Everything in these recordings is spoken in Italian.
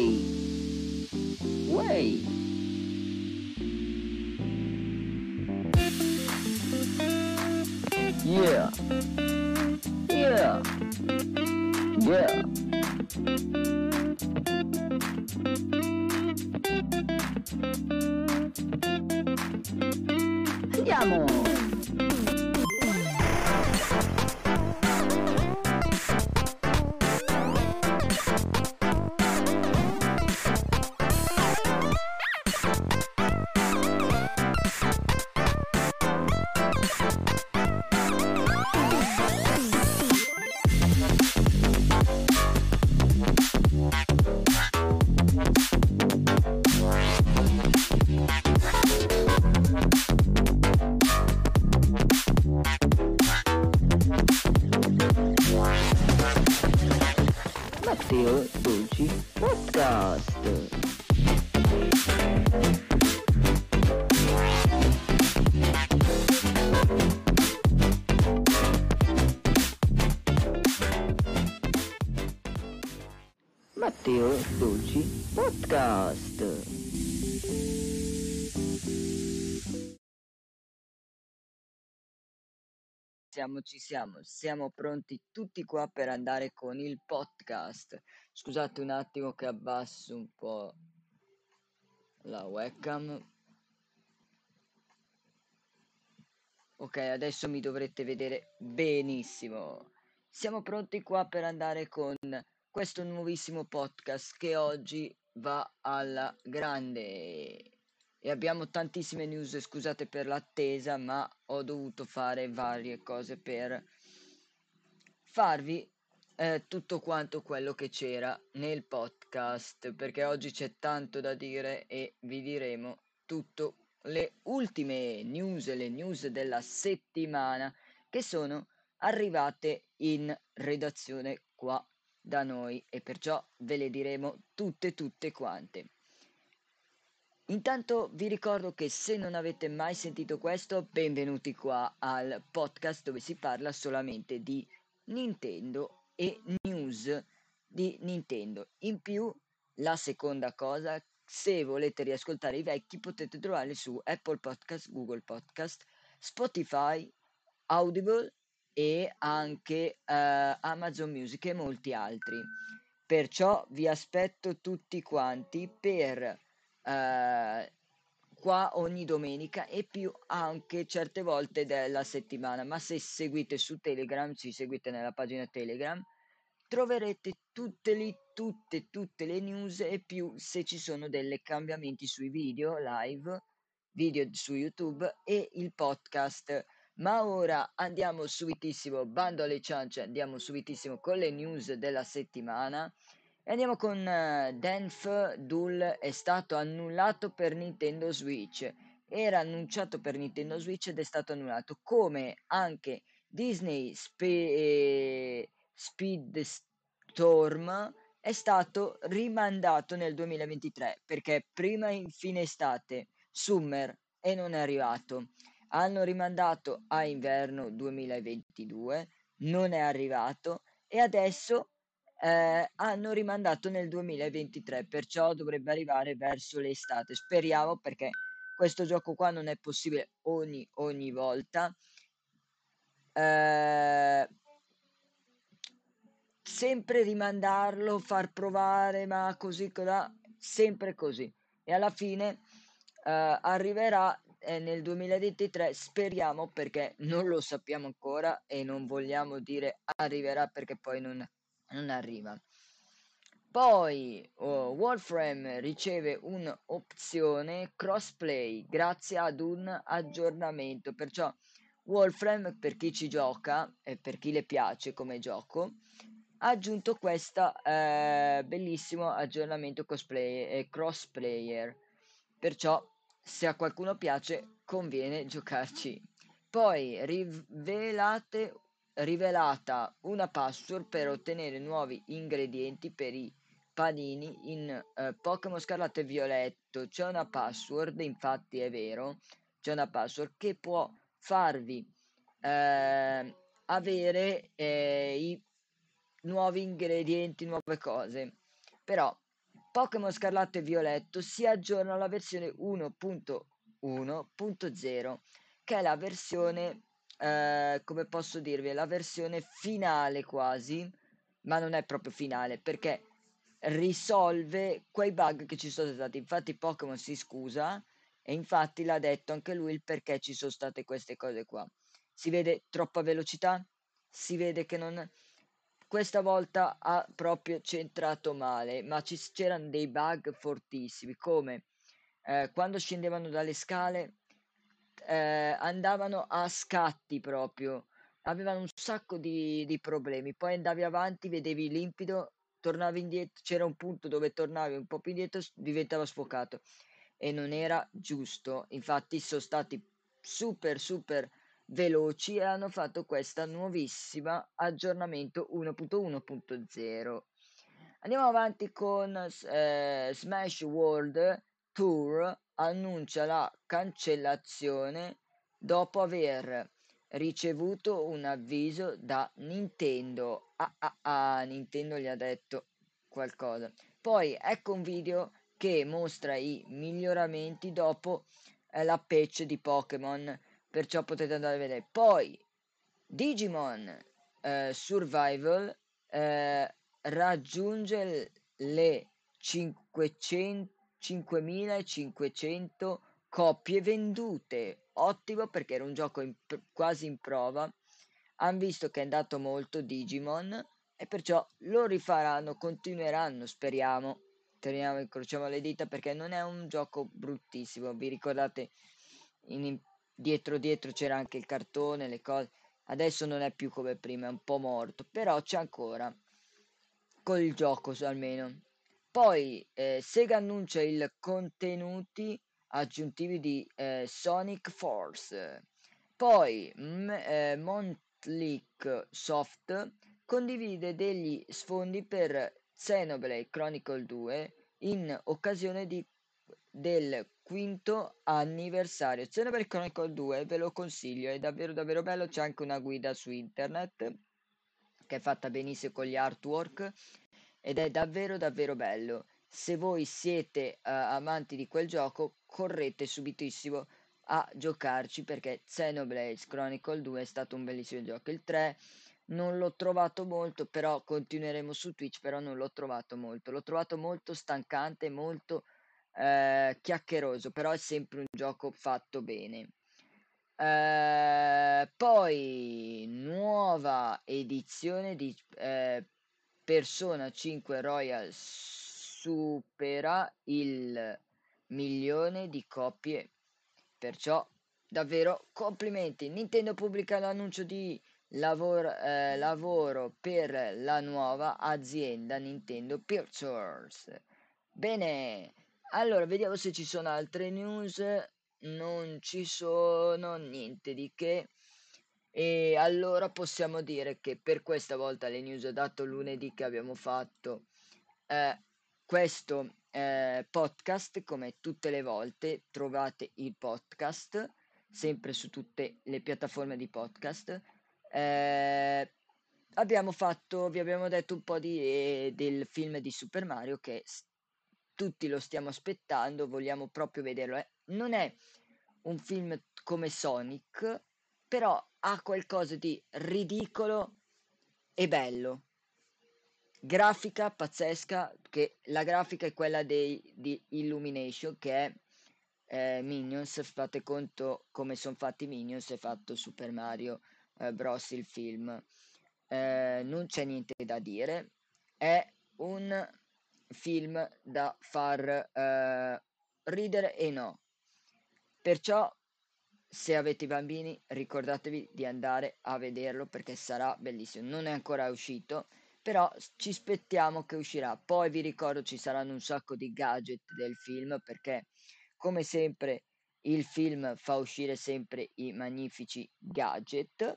Way. Yeah. Yeah. Yeah. Andiamo. Matteo Dolci Podcast. Matteo Dolci Podcast. Siamo pronti tutti qua per andare con il podcast. Scusate un attimo che abbasso un po' la webcam. Ok, adesso mi dovrete vedere benissimo. Siamo pronti qua per andare con questo nuovissimo podcast che oggi va alla grande. E abbiamo tantissime news, scusate per l'attesa, ma ho dovuto fare varie cose per farvi tutto quanto quello che c'era nel podcast, perché oggi c'è tanto da dire e vi diremo tutto le ultime news, le news della settimana che sono arrivate in redazione qua da noi e perciò ve le diremo tutte quante. Intanto vi ricordo che se non avete mai sentito questo, benvenuti qua al podcast dove si parla solamente di Nintendo e news di Nintendo. In più, la seconda cosa, se volete riascoltare i vecchi potete trovarli su Apple Podcast, Google Podcast, Spotify, Audible e anche Amazon Music e molti altri. Perciò vi aspetto tutti quanti per qua ogni domenica e più anche certe volte della settimana, ma se seguite su Telegram, ci seguite nella pagina Telegram, troverete tutte lì, tutte le news e più se ci sono delle cambiamenti sui video live, video su YouTube e il podcast. Ma ora andiamo subitissimo, bando alle ciance, andiamo subitissimo con le news della settimana. E andiamo con Denf Duel è stato annullato per Nintendo Switch. Era annunciato per Nintendo Switch ed è stato annullato, come anche Disney Speedstorm è stato rimandato nel 2023 perché prima in fine estate Summer e non è arrivato. Hanno rimandato a inverno 2022, non è arrivato e adesso hanno rimandato nel 2023, perciò dovrebbe arrivare verso l'estate. Speriamo perché questo gioco qua non è possibile ogni volta. Sempre rimandarlo, far provare, ma così, sempre così. E alla fine arriverà nel 2023, speriamo perché non lo sappiamo ancora e non vogliamo dire arriverà perché poi non arriva. Poi Warframe riceve un'opzione crossplay grazie ad un aggiornamento, perciò Warframe per chi ci gioca e per chi le piace come gioco ha aggiunto questo bellissimo aggiornamento cosplay e crossplayer, perciò se a qualcuno piace conviene giocarci. Poi rivelata una password per ottenere nuovi ingredienti per i panini in Pokémon Scarlatto e Violetto. C'è una password, infatti è vero, c'è una password che può farvi avere i nuovi ingredienti, nuove cose. Però Pokémon Scarlatto e Violetto si aggiorna alla versione 1.1.0, che è la versione, come posso dirvi, è la versione finale quasi, ma non è proprio finale perché risolve quei bug che ci sono stati. Infatti Pokémon si scusa e infatti l'ha detto anche lui il perché ci sono state queste cose qua. Si vede troppa velocità, si vede che non... Questa volta ha proprio centrato male, ma c'erano dei bug fortissimi, come quando scendevano dalle scale andavano a scatti proprio, avevano un sacco di problemi, poi andavi avanti, vedevi limpido, tornavi indietro, c'era un punto dove tornavi un po' più indietro, diventava sfocato e non era giusto. Infatti sono stati super veloci e hanno fatto questa nuovissima aggiornamento 1.1.0. Andiamo avanti con Smash World Tour annuncia la cancellazione dopo aver ricevuto un avviso da Nintendo. Nintendo gli ha detto qualcosa. Poi ecco un video che mostra i miglioramenti dopo la patch di Pokémon, perciò potete andare a vedere. Poi Digimon Survival raggiunge le 500 5.500 copie vendute. Ottimo perché era un gioco quasi in prova. Hanno visto che è andato molto Digimon e perciò lo rifaranno, continueranno, speriamo. Teniamo, incrociamo le dita perché non è un gioco bruttissimo. Vi ricordate, in- dietro c'era anche il cartone, le cose. Adesso non è più come prima, è un po' morto, però c'è ancora. Col gioco almeno. Poi Sega annuncia i contenuti aggiuntivi di Sonic Force. Poi Montlic Soft condivide degli sfondi per Xenoblade Chronicle 2 in occasione del quinto anniversario. Xenoblade Chronicle 2 ve lo consiglio, è davvero bello, c'è anche una guida su internet che è fatta benissimo con gli artwork ed è davvero bello. Se voi siete amanti di quel gioco, correte subitissimo a giocarci perché Xenoblade Chronicle 2 è stato un bellissimo gioco. Il 3 non l'ho trovato molto, però continueremo su Twitch, però non l'ho trovato molto. L'ho trovato molto stancante, molto chiacchieroso, però è sempre un gioco fatto bene. Poi nuova edizione di Persona 5 Royal supera il milione di copie, perciò davvero complimenti. Nintendo pubblica l'annuncio di lavoro per la nuova azienda Nintendo Pictures. Bene, allora vediamo se ci sono altre news. Non ci sono niente di che. E allora possiamo dire che per questa volta le news, dato lunedì che abbiamo fatto questo podcast, come tutte le volte, trovate il podcast sempre su tutte le piattaforme di podcast. Eh, vi abbiamo detto un po' del film di Super Mario che tutti lo stiamo aspettando, vogliamo proprio vederlo. Non è un film come Sonic, però ha qualcosa di ridicolo e bello. Grafica pazzesca, che la grafica è quella di Illumination, che è Minions, fate conto come sono fatti Minions, è fatto Super Mario Bros. Il film. Non c'è niente da dire, è un film da far ridere e no. Perciò, se avete i bambini, ricordatevi di andare a vederlo perché sarà bellissimo. Non è ancora uscito, però ci aspettiamo che uscirà. Poi vi ricordo ci saranno un sacco di gadget del film perché, come sempre, il film fa uscire sempre i magnifici gadget.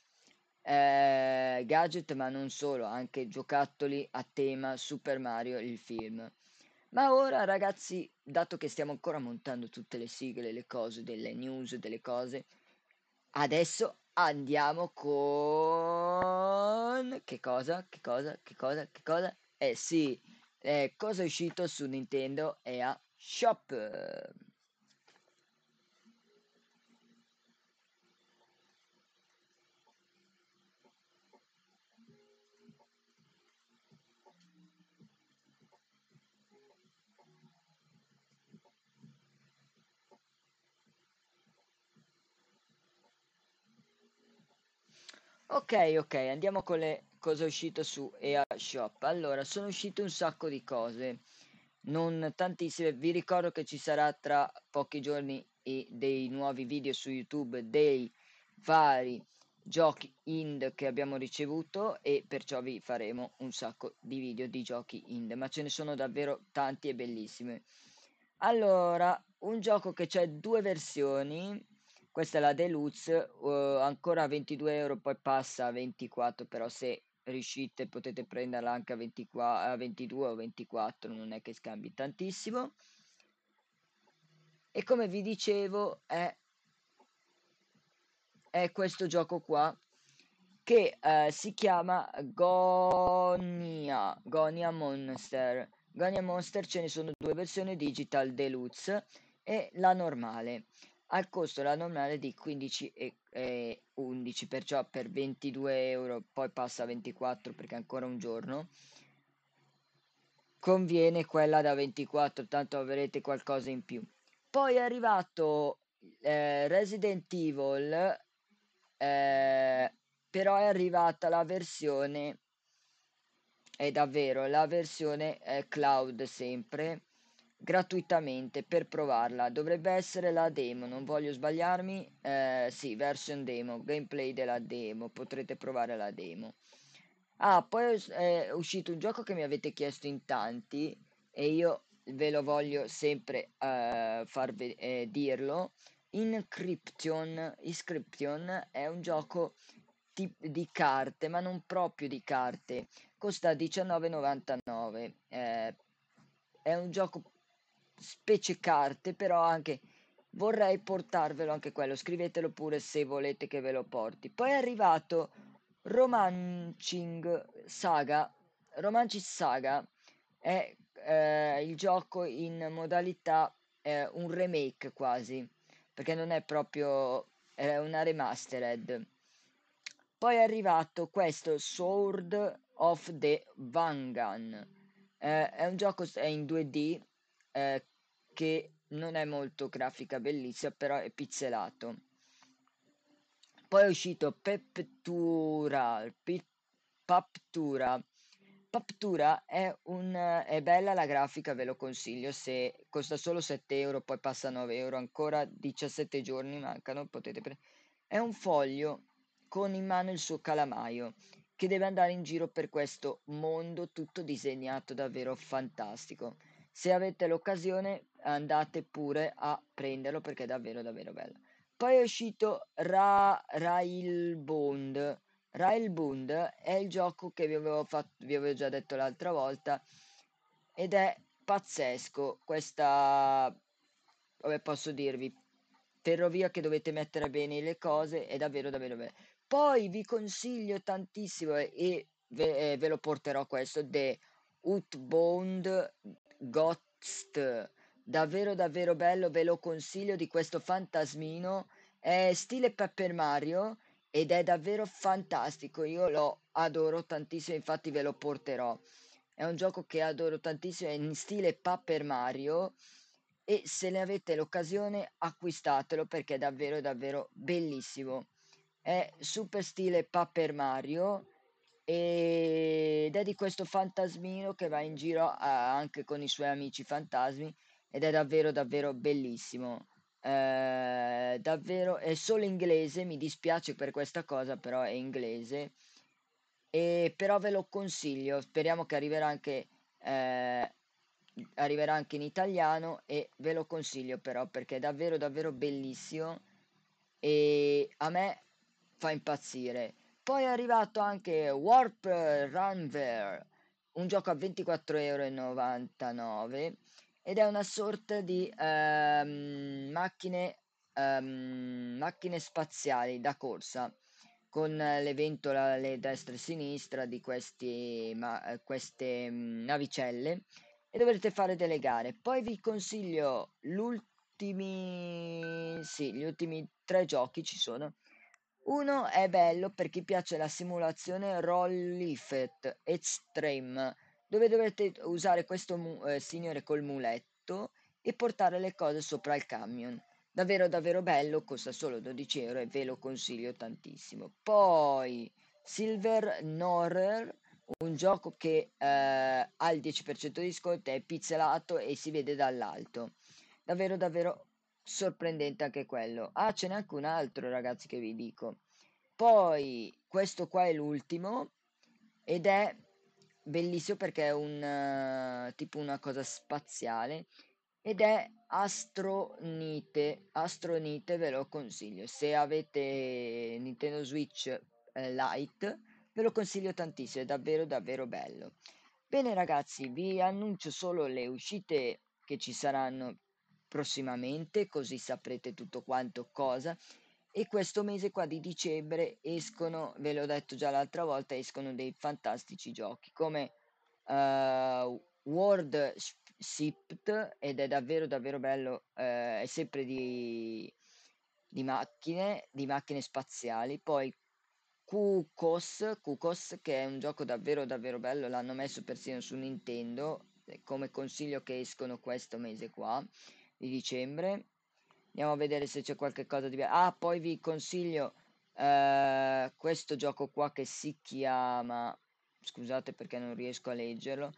Gadget, ma non solo, anche giocattoli a tema Super Mario, il film. Ma ora, ragazzi, dato che stiamo ancora montando tutte le sigle, le cose, delle news, delle cose, adesso andiamo con... Che cosa? Che cosa? Che cosa? Che cosa? Eh sì, cosa è uscito su Nintendo EA Shop. Ok, ok, andiamo con le cose uscite su EA Shop. Allora, sono uscite un sacco di cose, non tantissime. Vi ricordo che ci sarà tra pochi giorni dei nuovi video su YouTube dei vari giochi indie che abbiamo ricevuto e perciò vi faremo un sacco di video di giochi indie, ma ce ne sono davvero tanti e bellissimi. Allora, un gioco che c'è due versioni. Questa è la Deluxe, ancora a 22 euro, poi passa a 24, però se riuscite potete prenderla anche a 24, a 22 o 24, non è che scambi tantissimo. E come vi dicevo è questo gioco qua che si chiama Gonia Monster. Gonia Monster ce ne sono due versioni, Digital Deluxe e la normale. Al costo la normale di 15 e 11, perciò per 22 euro, poi passa a 24 perché è ancora un giorno. Conviene quella da 24, tanto avrete qualcosa in più. Poi è arrivato Resident Evil, però è arrivata la versione, è davvero la versione cloud sempre, gratuitamente per provarla. Dovrebbe essere la demo, non voglio sbagliarmi. Sì, version demo, gameplay della demo, potrete provare la demo. Ah, poi è uscito un gioco che mi avete chiesto in tanti e io ve lo voglio sempre dirlo. Inscription è un gioco di carte, ma non proprio di carte. Costa 19,99. È un gioco specie carte, però anche vorrei portarvelo anche quello. Scrivetelo pure se volete che ve lo porti. Poi è arrivato Romancing Saga. Romancing Saga è il gioco in modalità un remake quasi, perché non è proprio una remastered. Poi è arrivato questo Sword of the Vangan. È un gioco è in 2D che non è molto grafica bellissima, però è pixelato. Poi è uscito Paptura. Paptura è bella la grafica, ve lo consiglio, se costa solo 7 euro, poi passa a 9 euro, ancora 17 giorni mancano, È un foglio con in mano il suo calamaio che deve andare in giro per questo mondo tutto disegnato davvero fantastico. Se avete l'occasione andate pure a prenderlo perché è davvero davvero bello. Poi è uscito Railbound. Railbound è il gioco che vi avevo già detto l'altra volta ed è pazzesco. Questa, come posso dirvi, ferrovia che dovete mettere bene le cose è davvero davvero bello. Poi vi consiglio tantissimo ve lo porterò questo, The Outbound Ghost. Davvero davvero bello, ve lo consiglio di questo fantasmino. È stile Paper Mario ed è davvero fantastico. Io lo adoro tantissimo, infatti ve lo porterò. È un gioco che adoro tantissimo, è in stile Paper Mario e se ne avete l'occasione acquistatelo perché è davvero davvero bellissimo. È super stile Paper Mario ed è di questo fantasmino che va in giro anche con i suoi amici fantasmi ed è davvero davvero bellissimo. Davvero è solo inglese, mi dispiace per questa cosa, però è inglese. E però ve lo consiglio, speriamo che arriverà anche in italiano e ve lo consiglio però perché è davvero davvero bellissimo e a me fa impazzire. Poi è arrivato anche Warp Runner, un gioco a 24,99 ed è una sorta di macchine spaziali da corsa con le ventole destra e sinistra di queste navicelle e dovrete fare delle gare. Poi vi consiglio gli ultimi tre giochi ci sono. Uno è bello per chi piace la simulazione Roll Effect Extreme, dove dovete usare questo signore col muletto e portare le cose sopra il camion. Davvero davvero bello, costa solo 12 euro e ve lo consiglio tantissimo. Poi Silver Norer, un gioco che ha il 10% di sconto, è pizzelato e si vede dall'alto. Davvero davvero sorprendente anche quello. Ah, ce n'è anche un altro, ragazzi, che vi dico. Poi questo qua è l'ultimo ed è bellissimo perché è un tipo una cosa spaziale ed è Astronite. Astronite ve lo consiglio. Se avete Nintendo Switch Lite, ve lo consiglio tantissimo, è davvero davvero bello. Bene ragazzi, vi annuncio solo le uscite che ci saranno prossimamente, così saprete tutto quanto cosa. E questo mese qua di dicembre escono, ve l'ho detto già l'altra volta, escono dei fantastici giochi come World Shipped ed è davvero davvero bello, è sempre di macchine spaziali. Poi Kukos, che è un gioco davvero davvero bello, l'hanno messo persino su Nintendo, come consiglio che escono questo mese qua di dicembre. Andiamo a vedere se c'è qualche cosa di bello. Ah, poi vi consiglio questo gioco qua che si chiama, scusate perché non riesco a leggerlo,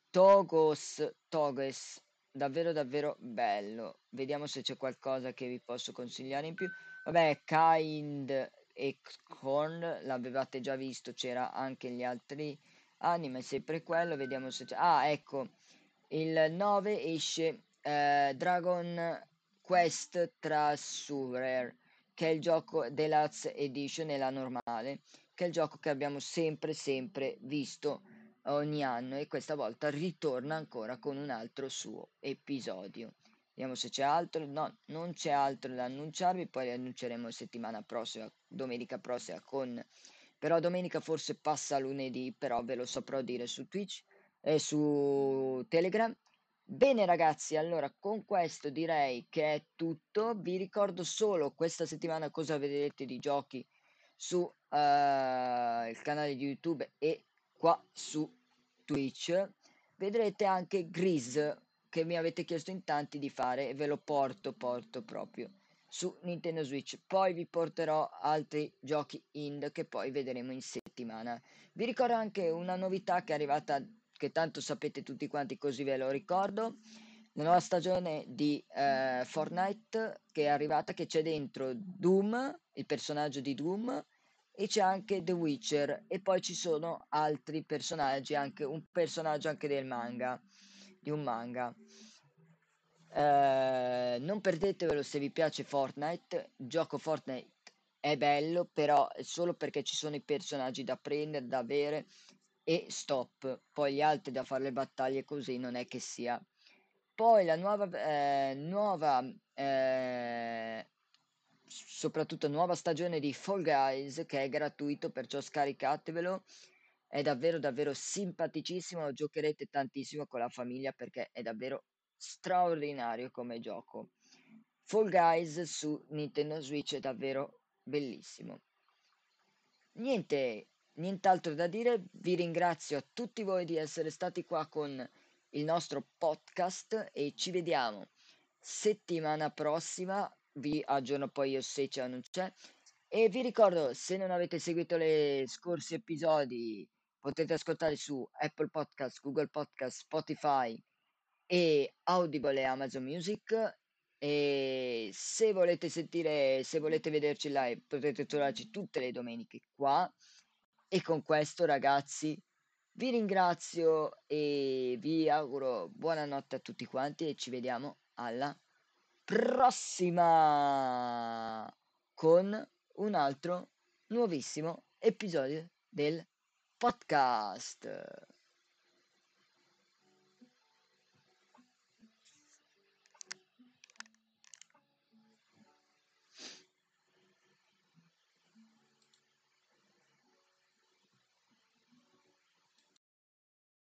Toges, davvero davvero bello. Vediamo se c'è qualcosa che vi posso consigliare in più. Vabbè, Kind e Corn l'avevate già visto, c'era anche gli altri anime, sempre quello, vediamo se c'è. Ah, ecco, il 9 esce Dragon Quest Treasure, che è il gioco Deluxe Edition e la normale, che è il gioco che abbiamo sempre sempre visto ogni anno e questa volta ritorna ancora con un altro suo episodio. Vediamo se c'è altro. No, non c'è altro da annunciarvi, poi annunceremo settimana prossima, domenica prossima con... Però domenica forse passa lunedì, però ve lo saprò dire su Twitch e su Telegram. Bene ragazzi, allora con questo direi che è tutto. Vi ricordo solo questa settimana cosa vedrete di giochi su il canale di YouTube e qua su Twitch. Vedrete anche Gris che mi avete chiesto in tanti di fare e ve lo porto proprio su Nintendo Switch. Poi vi porterò altri giochi indie che poi vedremo in settimana. Vi ricordo anche una novità che è arrivata, che tanto sapete tutti quanti, così ve lo ricordo. La nuova stagione di Fortnite che è arrivata, che c'è dentro Doom, il personaggio di Doom, e c'è anche The Witcher e poi ci sono altri personaggi, anche un personaggio anche del manga, di un manga. Non perdetevelo se vi piace Fortnite, il gioco Fortnite è bello, però è solo perché ci sono i personaggi da prendere, da avere e stop. Poi gli altri da fare le battaglie così non è che sia. Poi la soprattutto nuova stagione di Fall Guys che è gratuito, perciò scaricatevelo. È davvero davvero simpaticissimo, lo giocherete tantissimo con la famiglia perché è davvero straordinario come gioco. Fall Guys su Nintendo Switch è davvero bellissimo. Niente, nient'altro da dire, vi ringrazio a tutti voi di essere stati qua con il nostro podcast e ci vediamo settimana prossima, vi aggiorno poi io se c'è o non c'è e vi ricordo se non avete seguito le scorsi episodi potete ascoltare su Apple Podcast, Google Podcast, Spotify e Audible e Amazon Music e se volete vederci live potete trovarci tutte le domeniche qua e con questo ragazzi vi ringrazio e vi auguro buonanotte a tutti quanti e ci vediamo alla prossima con un altro nuovissimo episodio del podcast.